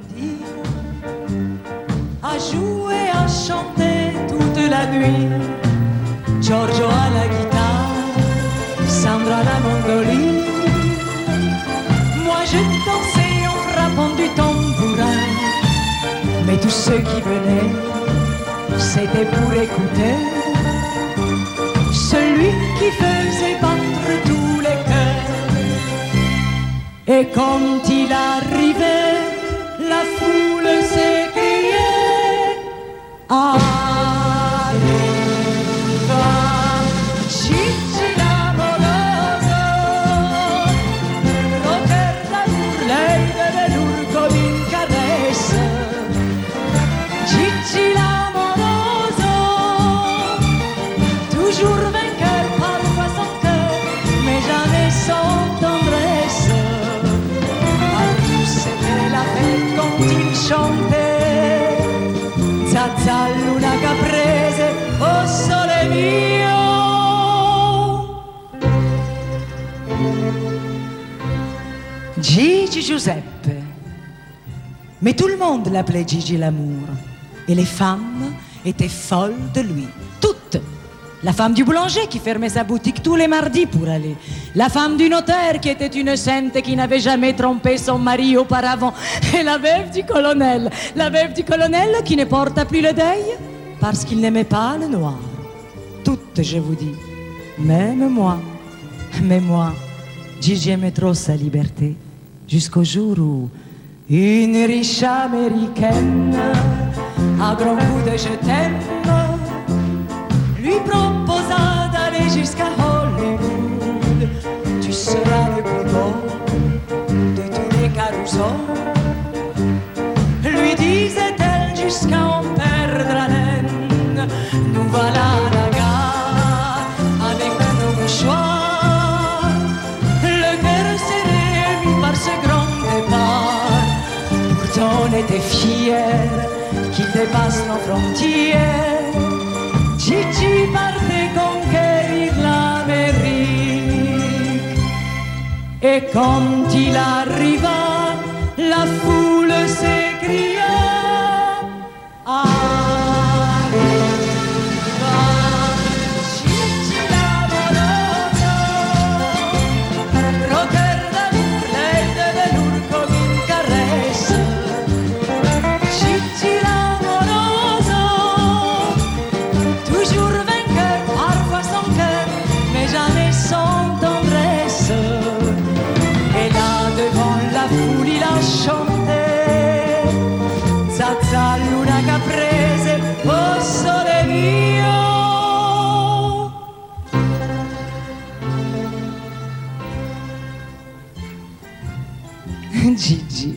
S7: À jouer, à chanter toute la nuit. Giorgio à la guitare, Sandra à la mandoline. Moi je dansais en frappant du tambourin. Mais tous ceux qui venaient, c'était pour écouter celui qui faisait battre tous les cœurs. Et quand il arrivait, la foule s'écriait arriva Gigi l'amoroso, rocker d'amour, lei deve lui come in caresse. Gigi l'amoroso, toujours vainqueur, parfois sans cœur, mais jamais sans tendresse. Partout c'était la fête quand il chantait Zazza luna caprese, oh sole mio. Gigi Giuseppe. Mais tout le monde l'appelait Gigi l'amour. Et les femmes étaient folles de lui. Toutes. La femme du boulanger qui fermait sa boutique tous les mardis pour aller. La femme du notaire qui était une sainte qui n'avait jamais trompé son mari auparavant. Et la veuve du colonel. La veuve du colonel qui ne porta plus le deuil parce qu'il n'aimait pas le noir. Toutes, je vous dis. Même moi. Mais moi, Gigi aimait trop sa liberté, jusqu'au jour où une riche américaine, à grands coups de je t'aime, lui proposa d'aller jusqu'à Hollywood. Tu seras le plus beau de tous les carousels, lui disait-elle jusqu'à en perdre haleine. Nous voilà à la gare avec nos mouchoirs, le cœur serré ému par ce grand départ. Pourtant on était fiers qu'il dépasse nos frontières. Gigi partait conquérir l'Amérique. Et quand il arriva, la foule s'écria: Gigi.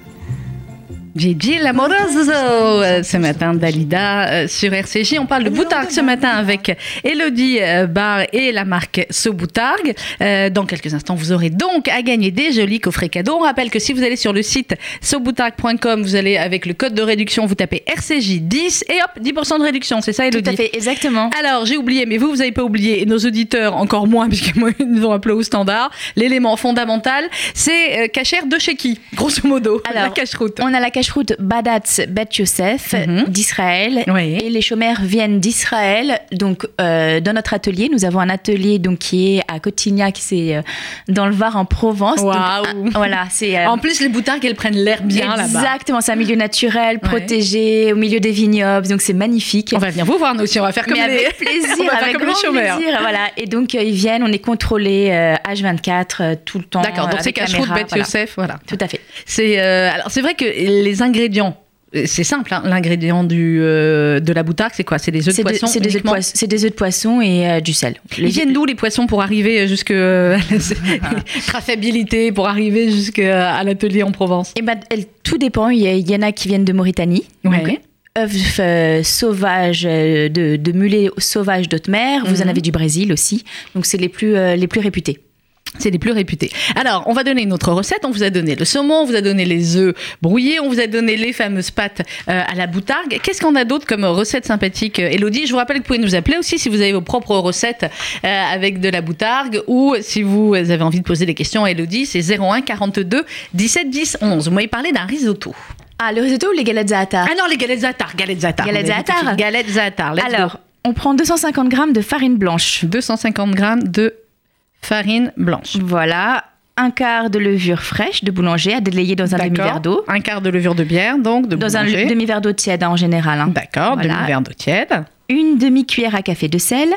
S1: Gigi l'amoroso, euh, ce matin Dalida euh, sur R C J. On parle de Boutargue ce matin avec Elodie euh, Barr et la marque So Boutargue. Euh, dans quelques instants, vous aurez donc à gagner des jolis coffrets cadeaux. On rappelle que si vous allez sur le site so boutargue point com, vous allez avec le code de réduction, vous tapez R C J dix et hop, dix pour cent de réduction. C'est ça, Elodie?
S2: Tout à fait, exactement.
S1: Alors, j'ai oublié, mais vous, vous n'avez pas oublié, et nos auditeurs encore moins, puisque moi, ils nous ont appelé au standard. L'élément fondamental, c'est euh, cachère de chez qui, grosso modo?
S2: Alors,
S1: la cache-route.
S2: On a la cache-route Badatz Bet Yosef mm-hmm. d'Israël.
S1: Oui.
S2: Et les chômeurs viennent d'Israël. Donc, euh, dans notre atelier, nous avons un atelier donc, qui est à Cotignac, c'est euh, dans le Var en Provence.
S1: Waouh.
S2: Donc, euh, voilà, c'est, euh,
S1: en plus, les Boutargues, elles prennent l'air bien là-bas.
S2: Exactement, c'est un milieu naturel, protégé, ouais. Au milieu des vignobles. Donc, c'est magnifique.
S1: On va venir vous voir, nous aussi. On va faire comme
S2: Mais
S1: les...
S2: avec plaisir,
S1: on va
S2: avec
S1: faire comme
S2: grand
S1: les chômeurs.
S2: Plaisir, voilà. Et donc, euh, ils viennent, on est contrôlés euh, H vingt-quatre euh, tout le temps.
S1: D'accord, donc
S2: euh,
S1: c'est cache-route Bet Yosef, voilà.
S2: Tout à fait.
S1: C'est, euh, alors, c'est vrai que les ingrédients, c'est simple, hein, l'ingrédient du, euh, de la Boutargue, c'est quoi? C'est des œufs de poisson?
S2: C'est des œufs de poisson, c'est des œufs de poisson et euh, du sel.
S1: Les... Ils viennent d'où les poissons pour arriver jusque euh, traçabilité pour arriver jusqu'à l'atelier en Provence?
S2: Et ben, elle, tout dépend. Il y, a, il y en a qui viennent de Mauritanie.
S1: Ouais.
S2: Donc, œufs euh, sauvages de, de mulets sauvages d'haute mer. Vous mm-hmm. en avez du Brésil aussi. Donc c'est les plus euh, les plus réputés.
S1: C'est les plus réputés. Alors, on va donner une autre recette. On vous a donné le saumon, on vous a donné les œufs brouillés, on vous a donné les fameuses pâtes euh, à la Boutargue. Qu'est-ce qu'on a d'autre comme recette sympathique, Elodie? Je vous rappelle que vous pouvez nous appeler aussi si vous avez vos propres recettes euh, avec de la Boutargue ou si vous avez envie de poser des questions à Elodie, c'est zéro un quarante-deux dix-sept dix onze. Vous m'avez parlé d'un risotto.
S2: Ah, le risotto ou les galettes za'atar?
S1: Ah non, les galettes za'atar. Galettes za'atar.
S2: Galettes za'atar.
S1: Galettes za'atar.
S2: Alors, go. On prend deux cent cinquante grammes de farine blanche.
S1: deux cent cinquante grammes de farine blanche.
S2: Voilà. Un quart de levure fraîche de boulanger à délayer dans un D'accord. demi-verre d'eau.
S1: Un quart de levure de bière, donc de
S2: dans
S1: boulanger.
S2: Dans un demi-verre d'eau tiède en général. Hein.
S1: D'accord, voilà. Demi-verre d'eau tiède.
S2: Une demi-cuillère à café de sel.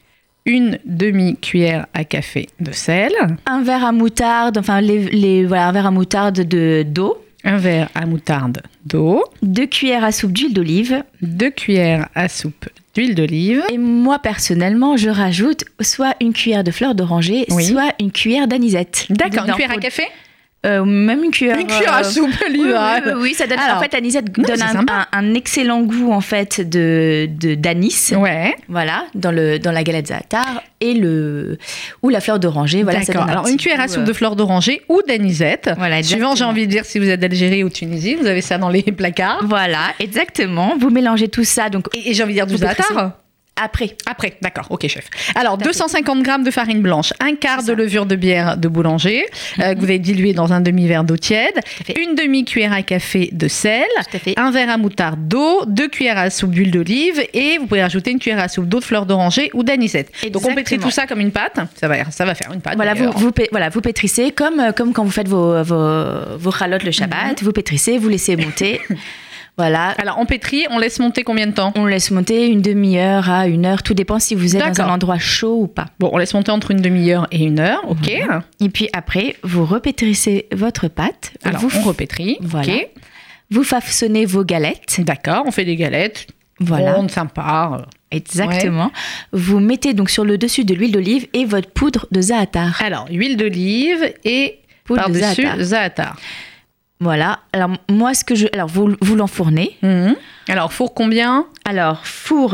S1: Une demi-cuillère à café de sel.
S2: Un verre à moutarde, enfin les, les, voilà, un verre à moutarde de, d'eau.
S1: Un verre à moutarde d'eau.
S2: Deux cuillères à soupe d'huile d'olive.
S1: Deux cuillères à soupe d'huile d'olive.
S2: Et moi, personnellement, je rajoute soit une cuillère de fleur d'oranger, oui. soit une cuillère d'anisette.
S1: D'accord, une cuillère à café
S2: euh, même une cuillère.
S1: Une cuillère à soupe,
S2: oui, oui, oui, oui, ça donne. Alors, en fait, l'anisette non, donne un, un, un excellent goût en fait de, de d'anis.
S1: Ouais.
S2: Voilà, dans le dans la galette za'atar et le ou la fleur d'oranger. Voilà.
S1: D'accord. Alors une cuillère à soupe de fleur d'oranger ou d'anisette. Voilà. Suivant, j'ai envie de dire si vous êtes d'Algérie ou de Tunisie, vous avez ça dans les placards.
S2: Voilà, exactement. Vous mélangez tout ça donc.
S1: Et, et j'ai envie de dire du za'atar.
S2: Après.
S1: Après, d'accord, ok chef. Alors, deux cent cinquante grammes de farine blanche, un quart de levure de bière de boulanger, mm-hmm. euh, que vous avez dilué dans un demi-verre d'eau tiède, une demi-cuillère à café de sel, un verre à moutarde d'eau, deux cuillères à soupe d'huile d'olive et vous pouvez rajouter une cuillère à soupe d'eau de fleur d'oranger ou d'anisette. Exactement. Donc, on pétrit tout ça comme une pâte, ça va, ça va faire une pâte.
S2: Voilà, vous, vous, voilà vous pétrissez comme, comme quand vous faites vos, vos, vos chalotes le Shabbat, mm-hmm. vous pétrissez, vous laissez monter. Voilà.
S1: Alors, on pétrit, on laisse monter combien de temps?
S2: On laisse monter une demi-heure à une heure. Tout dépend si vous êtes
S1: D'accord.
S2: dans un endroit chaud ou pas.
S1: Bon, on laisse monter entre une demi-heure et une heure, ok.
S2: Et puis après, vous repétrissez votre pâte.
S1: Alors,
S2: vous
S1: on repétrit,
S2: Voilà.
S1: ok.
S2: Vous façonnez vos galettes.
S1: D'accord, on fait des galettes.
S2: Voilà.
S1: Rondes, sympa.
S2: Exactement. Vous mettez donc sur le dessus de l'huile d'olive et votre poudre de za'atar.
S1: Alors, huile d'olive et
S2: Poudre de
S1: par-dessus
S2: za'atar.
S1: za'atar.
S2: Voilà. Alors moi, ce que je, alors vous, vous l'enfournez.
S1: Mhm. Alors, four combien?
S2: Alors four.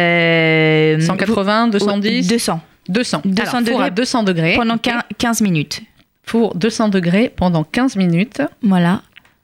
S2: Euh,
S1: cent quatre-vingts, deux cent dix?
S2: deux cents.
S1: deux cents.
S2: deux
S1: Alors,
S2: cents
S1: four
S2: degrés
S1: à deux cents degrés.
S2: pendant
S1: ok.
S2: quinze minutes.
S1: Four deux cents degrés pendant quinze minutes.
S2: Voilà.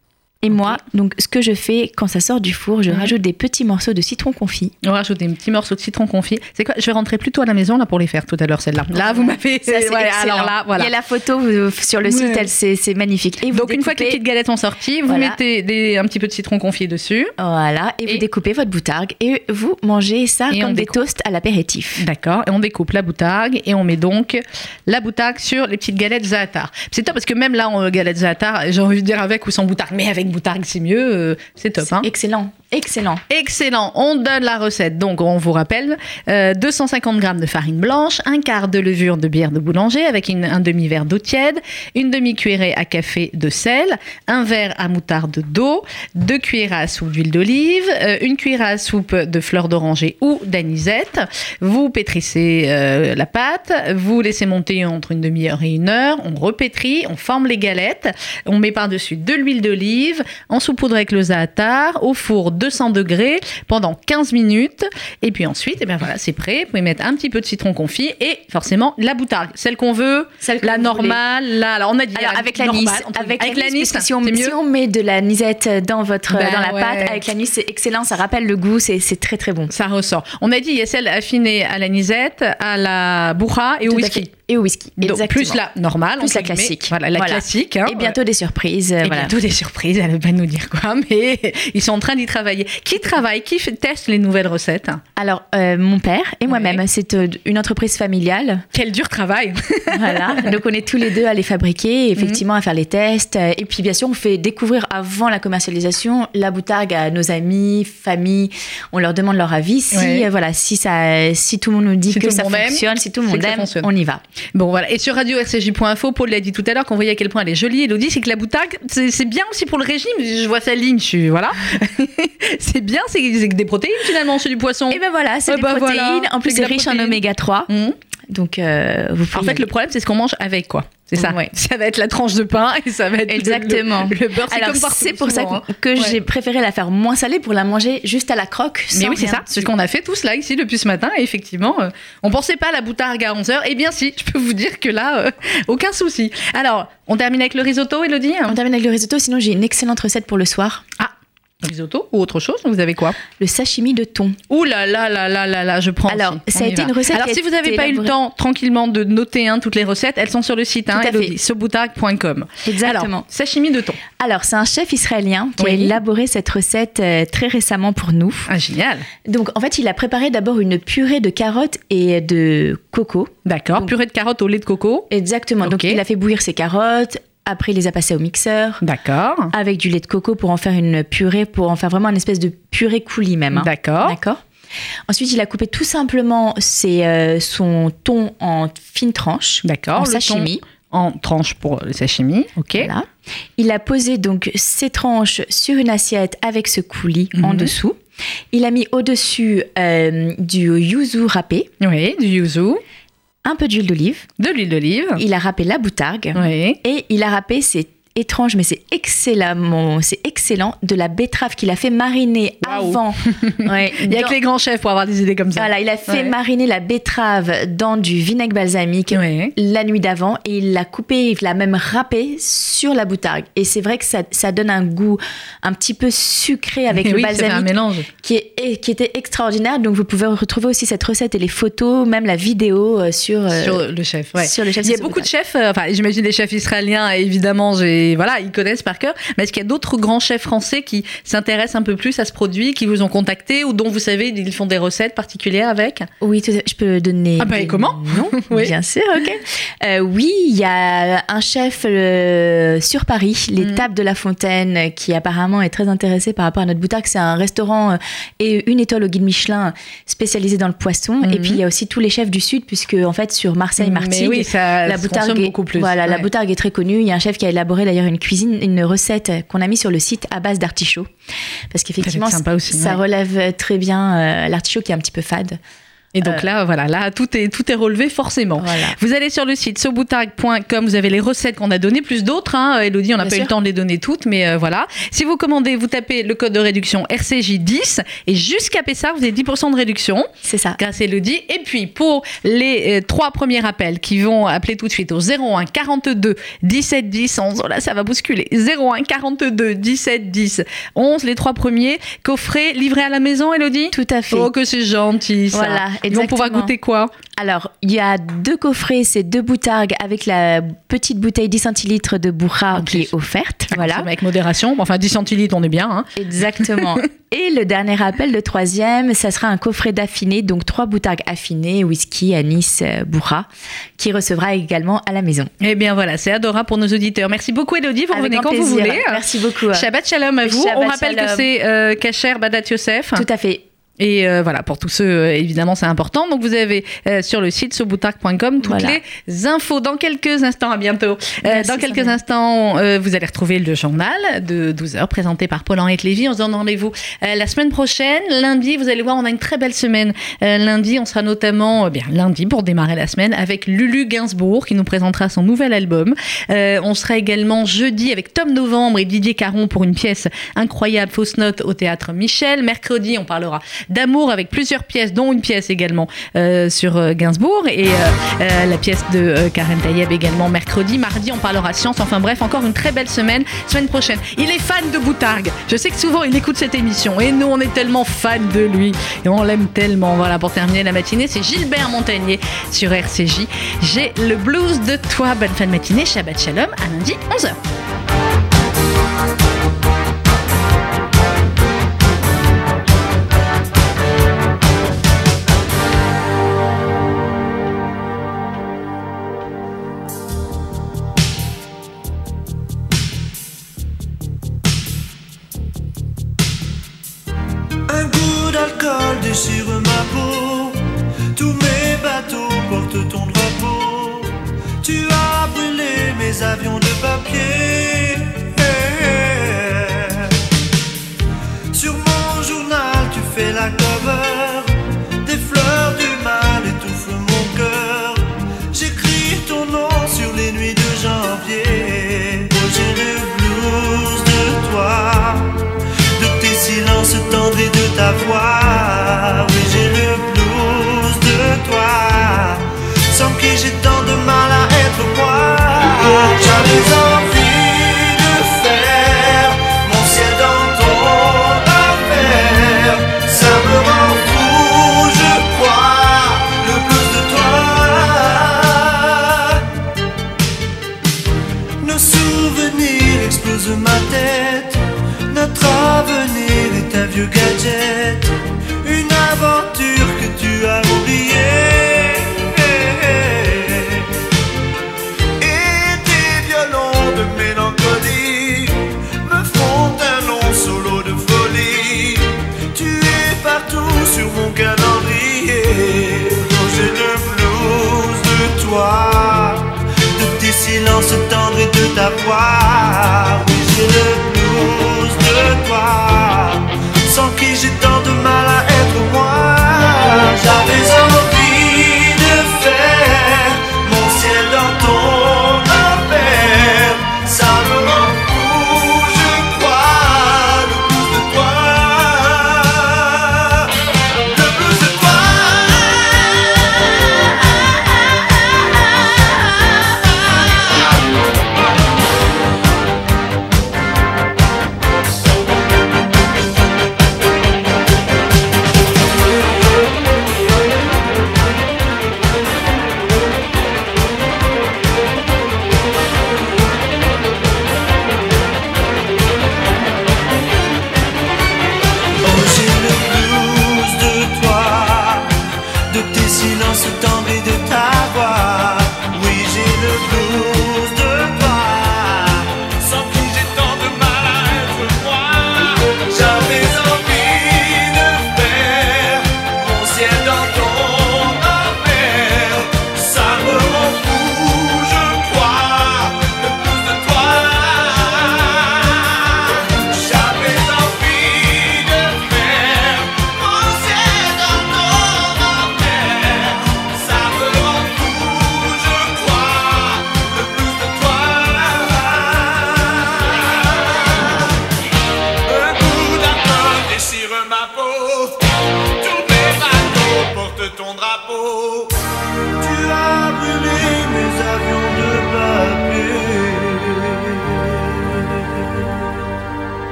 S2: Et moi, donc, ce que je fais quand ça sort du four, je
S1: Mhm.
S2: rajoute des petits morceaux de citron confit.
S1: On rajoute des petits morceaux de citron confit. C'est quoi? Je vais rentrer plus tôt à la maison là pour les faire tout à l'heure celle-là. Là, vous m'avez.
S2: Ça, c'est
S1: Ouais,
S2: excellent.
S1: alors là, voilà.
S2: Il y a la photo euh, sur le site,
S1: Ouais.
S2: elle, c'est, c'est magnifique. Et vous
S1: Donc une fois que les
S2: découpez-
S1: petites galettes sont sorties, vous
S2: Voilà.
S1: mettez des, un petit peu de citron confit dessus.
S2: Voilà, et,
S1: Et-
S2: vous découpez votre boutargue et vous mangez ça
S1: Et on
S2: comme des
S1: découpe.
S2: toasts à l'apéritif.
S1: D'accord. Et on découpe la boutargue et on met donc la boutargue sur les petites galettes za'atar. C'est top parce que même là, en galettes za'atar, j'ai envie de dire avec ou sans boutargue, mais avec boutargue c'est mieux. euh, c'est top. Hein.
S2: Excellent, excellent.
S1: Excellent, on donne la recette. Donc, on vous rappelle, euh, deux cent cinquante grammes de farine blanche, un quart de levure de bière de boulanger avec une- un demi-verre d'eau tiède, une demi-cuillerée à café de sel, un verre à moutarde d'eau, deux cuillères à soupe d'huile d'olive, euh, une cuillère à soupe de fleur d'oranger ou d'anisette. Vous pétrissez euh, la pâte, vous laissez monter entre une demi-heure et une heure, on repétrit, on forme les galettes, on met par-dessus de l'huile d'olive, on saupoudre avec le za'atar, au four deux cents degrés pendant quinze minutes. Et puis ensuite, eh bien voilà, c'est prêt. Vous pouvez mettre un petit peu de citron confit et forcément la boutargue, celle qu'on veut,
S2: Celle que
S1: la
S2: vous
S1: normale. La, alors on a dit
S2: Alors
S1: la
S2: avec la
S1: normale,
S2: l'anis,
S1: entre-
S2: avec,
S1: avec l'anis,
S2: l'anis, parce que si on,
S1: c'est mieux.
S2: si on met de la nisette dans votre
S1: Ben
S2: dans la
S1: ouais.
S2: pâte, avec l'anis c'est excellent, ça rappelle le goût, c'est, c'est très très bon.
S1: Ça ressort. On a dit il y a celle affinée à l'anisette, à la bourra et au
S2: Tout à
S1: whisky.
S2: fait. Et au whisky,
S1: Donc,
S2: exactement.
S1: plus la normale,
S2: Plus
S1: entre
S2: la
S1: guillemets.
S2: classique.
S1: Voilà, la
S2: Voilà.
S1: classique. hein.
S2: Et bientôt des surprises. euh,
S1: Et
S2: voilà.
S1: bientôt des surprises, elle ne va pas nous dire quoi, mais ils sont en train d'y travailler. Qui travaille, qui fait- teste les nouvelles recettes?
S2: Alors, euh, mon père et moi-même,
S1: Ouais.
S2: c'est euh, une entreprise familiale.
S1: Quel dur travail.
S2: Voilà. Donc, on est tous les deux à les fabriquer, effectivement, à faire les tests. Euh, Et puis, bien sûr, on fait découvrir avant la commercialisation la boutargue à nos amis, familles. On leur demande leur avis. Si,
S1: Ouais.
S2: euh, voilà, si, ça, si tout le monde nous dit
S1: Si
S2: que
S1: tout le
S2: ça
S1: monde aime,
S2: fonctionne, si tout le
S1: c'est
S2: monde
S1: que ça
S2: aime,
S1: fonctionne.
S2: on y va.
S1: Bon voilà, et sur radio r c j point info, Paul l'a dit tout à l'heure, qu'on voyait à quel point elle est jolie, Elodie, c'est que la boutargue, c'est c'est bien aussi pour le régime, je vois sa ligne, je suis, voilà. C'est bien, c'est c'est que des protéines finalement, c'est du poisson.
S2: Et ben voilà, c'est
S1: Ah
S2: des
S1: bah
S2: protéines.
S1: voilà,
S2: En plus,
S1: c'est
S2: c'est
S1: de la
S2: riche en
S1: protéine.
S2: oméga trois.
S1: Mmh.
S2: Donc, euh, vous pouvez
S1: En
S2: y
S1: fait,
S2: aller.
S1: le problème, c'est ce qu'on mange avec, quoi. C'est ça.
S2: Ouais.
S1: Ça va être la tranche de pain et ça va être le-
S2: Exactement.
S1: le, le beurre. C'est
S2: Alors,
S1: comme partout,
S2: c'est pour
S1: souvent,
S2: ça
S1: hein.
S2: que, que
S1: Ouais.
S2: j'ai préféré la faire moins salée pour la manger juste à la croque.
S1: Mais
S2: sans
S1: oui, c'est
S2: rien
S1: ça. C'est ce
S2: dessus.
S1: qu'on a fait tous là, ici, depuis ce matin. Et effectivement, euh, on pensait pas à la boutargue à onze heures. Eh bien, si, je peux vous dire que là, euh, aucun souci. Alors, on termine avec le risotto, Elodie?
S2: On termine avec le risotto, sinon j'ai une excellente recette pour le soir.
S1: Ah, risotto ou autre chose? Vous avez quoi?
S2: Le sashimi de thon.
S1: Ouh là là là là là là, je prends.
S2: Alors,
S1: aussi.
S2: ça a
S1: On y
S2: été
S1: va.
S2: une recette
S1: Alors,
S2: qui a
S1: si vous n'avez
S2: été
S1: pas eu le
S2: élaborée-
S1: temps, tranquillement, de noter hein, toutes les recettes, elles sont sur le site, hein,
S2: Tout à fait.
S1: Elodie, soboutargue point com.
S2: Exactement.
S1: Alors, sashimi de thon.
S2: Alors, c'est un chef israélien qui a
S1: Oui.
S2: élaboré cette recette euh, très récemment pour nous.
S1: Ah, génial.
S2: Donc, en fait, il a préparé d'abord une purée de carottes et de coco.
S1: D'accord.
S2: Donc-
S1: Purée de carottes au lait de coco.
S2: Exactement. Donc,
S1: Ok.
S2: il a fait bouillir ses carottes. Après, il les a passées au mixeur
S1: D'accord.
S2: avec du lait de coco pour en faire une purée, pour en faire vraiment une espèce de purée coulis même. hein.
S1: D'accord.
S2: D'accord. Ensuite, il a coupé tout simplement ses, euh, son thon en fines tranches,
S1: D'accord.
S2: en
S1: Le
S2: sashimi.
S1: thon en tranches pour le sashimi. Ok.
S2: Voilà. Il a posé donc ces tranches sur une assiette avec ce coulis en
S1: Mhm.
S2: dessous. Il a mis au-dessus euh, du yuzu râpé,
S1: Oui, du yuzu,
S2: un peu d'huile d'olive.
S1: de l'huile d'olive.
S2: Il a râpé la boutargue
S1: Oui.
S2: et il a râpé, c'est étrange mais c'est excellemment, c'est excellent, de la betterave qu'il a fait mariner
S1: Waouh.
S2: avant. Ouais,
S1: Il y a
S2: dans-
S1: que les grands chefs pour avoir des idées comme ça.
S2: Voilà, il a fait
S1: Ouais.
S2: mariner la betterave dans du vinaigre balsamique
S1: Oui.
S2: la nuit d'avant et il l'a coupé, il l'a même râpé sur la boutargue. Et c'est vrai que ça, ça donne un goût un petit peu sucré avec
S1: Et
S2: le
S1: oui, ça fait un
S2: balsamique
S1: mélange.
S2: qui, est, qui était extraordinaire. Donc vous pouvez retrouver aussi cette recette et les photos, même la vidéo euh, sur, euh,
S1: Sur le chef, ouais.
S2: sur le chef.
S1: Il y a
S2: Sous
S1: beaucoup de
S2: Boutargue.
S1: chefs, euh, enfin j'imagine les chefs israéliens, et évidemment j'ai c'est voilà, ils connaissent par cœur. Mais est-ce qu'il y a d'autres grands chefs français qui s'intéressent un peu plus à ce produit, qui vous ont contacté ou dont vous savez ils font des recettes particulières avec?
S2: Oui, tout à fait. Je peux donner.
S1: Ah ben
S2: des...
S1: comment?
S2: Non, oui. Bien sûr, ok. Euh, oui, il y a un chef euh, sur Paris, les mmh. Tables de la Fontaine, qui apparemment est très intéressé par rapport à notre boutargue. C'est un restaurant euh, et une étoile au guide Michelin spécialisé dans le poisson. Mmh. Et puis il y a aussi tous les chefs du Sud, puisque en fait sur Marseille, Martigues,
S1: oui, ça
S2: la boutargue est,
S1: beaucoup plus.
S2: Voilà,
S1: ouais.
S2: la boutargue est très connue. Il y a un chef qui a élaboré d'ailleurs une cuisine, une recette qu'on a mis sur le site à base d'artichaut, parce qu'effectivement ça, aussi, ça ouais. relève très bien euh, l'artichaut qui est un petit peu fade.
S1: Et donc là, euh, voilà, là, tout est, tout est relevé forcément. Voilà. Vous allez sur le site soboutargue point com, vous avez les recettes qu'on a données, plus d'autres. Hein. Élodie, on n'a pas sûr. eu le temps de les donner toutes, mais euh, voilà. Si vous commandez, vous tapez le code de réduction R C J dix et jusqu'à Pessard, vous avez dix pour cent de réduction.
S2: C'est ça.
S1: Grâce à Élodie. Et puis, pour les euh, trois premiers appels qui vont appeler tout de suite au zéro un quarante-deux dix-sept dix onze, oh là, ça va bousculer. zéro un quarante-deux dix-sept dix onze, les trois premiers. Coffret livré à la maison, Élodie?
S2: Tout à fait.
S1: Oh, que c'est gentil, ça.
S2: Voilà.
S1: Ils vont pouvoir goûter quoi?
S2: Alors, il y a deux coffrets, c'est deux boutargues avec la petite bouteille dix centilitres de Bourra qui est offerte. Voilà.
S1: Avec modération. Enfin, dix centilitres, on est bien. Hein.
S2: Exactement. Et le dernier appel, le troisième, ça sera un coffret d'affinés, donc trois boutargues affinées, whisky, anis, Bourra, qui recevra également à la maison.
S1: Eh bien voilà, c'est adorable pour nos auditeurs. Merci beaucoup, Élodie. Vous revenez quand
S2: plaisir.
S1: vous voulez.
S2: Merci beaucoup.
S1: Shabbat shalom à vous.
S2: Shabbat
S1: on rappelle
S2: shalom.
S1: que c'est euh, Kasher Badat Yosef.
S2: Tout à fait.
S1: Et euh, voilà, pour tous ceux, euh, évidemment, c'est important. Donc, vous avez euh, sur le site soboutargue point com toutes voilà. les infos. Dans quelques instants, à bientôt. Euh, dans quelques Sandrine. instants, euh, vous allez retrouver le journal de douze heures présenté par Paul-Henri Lévy. On se donne rendez-vous euh, la semaine prochaine. Lundi, vous allez voir, on a une très belle semaine. Euh, lundi, on sera notamment, euh, bien, lundi, pour démarrer la semaine, avec Lulu Gainsbourg qui nous présentera son nouvel album. Euh, on sera également jeudi avec Tom Novembre et Didier Caron pour une pièce incroyable, Fausse Note, au Théâtre Michel. Mercredi, on parlera d'amour avec plusieurs pièces, dont une pièce également euh, sur euh, Gainsbourg et euh, euh, la pièce de euh, Karen Tayeb également mercredi. Mardi, on parlera science. Enfin bref, encore une très belle semaine. Semaine prochaine. Il est fan de Boutargue. Je sais que souvent, il écoute cette émission et nous, on est tellement fans de lui et on l'aime tellement. Voilà, pour terminer la matinée, c'est Gilbert Montagnier sur R C J. J'ai le blues de toi. Bonne fin de matinée. Shabbat shalom. À lundi, onze heures.
S6: L'alcool déchire ma peau, tous mes bateaux portent ton drapeau. Tu as brûlé mes avions de papier. Sur mon journal tu fais la cover, des fleurs du mal étouffent mon cœur. J'écris ton nom sur les nuits de janvier. Oh, j'ai le blues de toi, de tes silences tendres et de ta voix. Oui, j'ai le blues de toi, sans qui j'ai tant de mal à être moi. J'avais envie de faire mon ciel dans ton affaire. Ça me rend fou, je crois, le blues de toi. Nos souvenirs explosent ma tête. Notre avenir est un vieux gadget, une aventure que tu as oubliée. Et tes violons de mélancolie me font un long solo de folie. Tu es partout sur mon calendrier. Oh, j'ai le blues de toi, de tes silences tendres et de ta voix.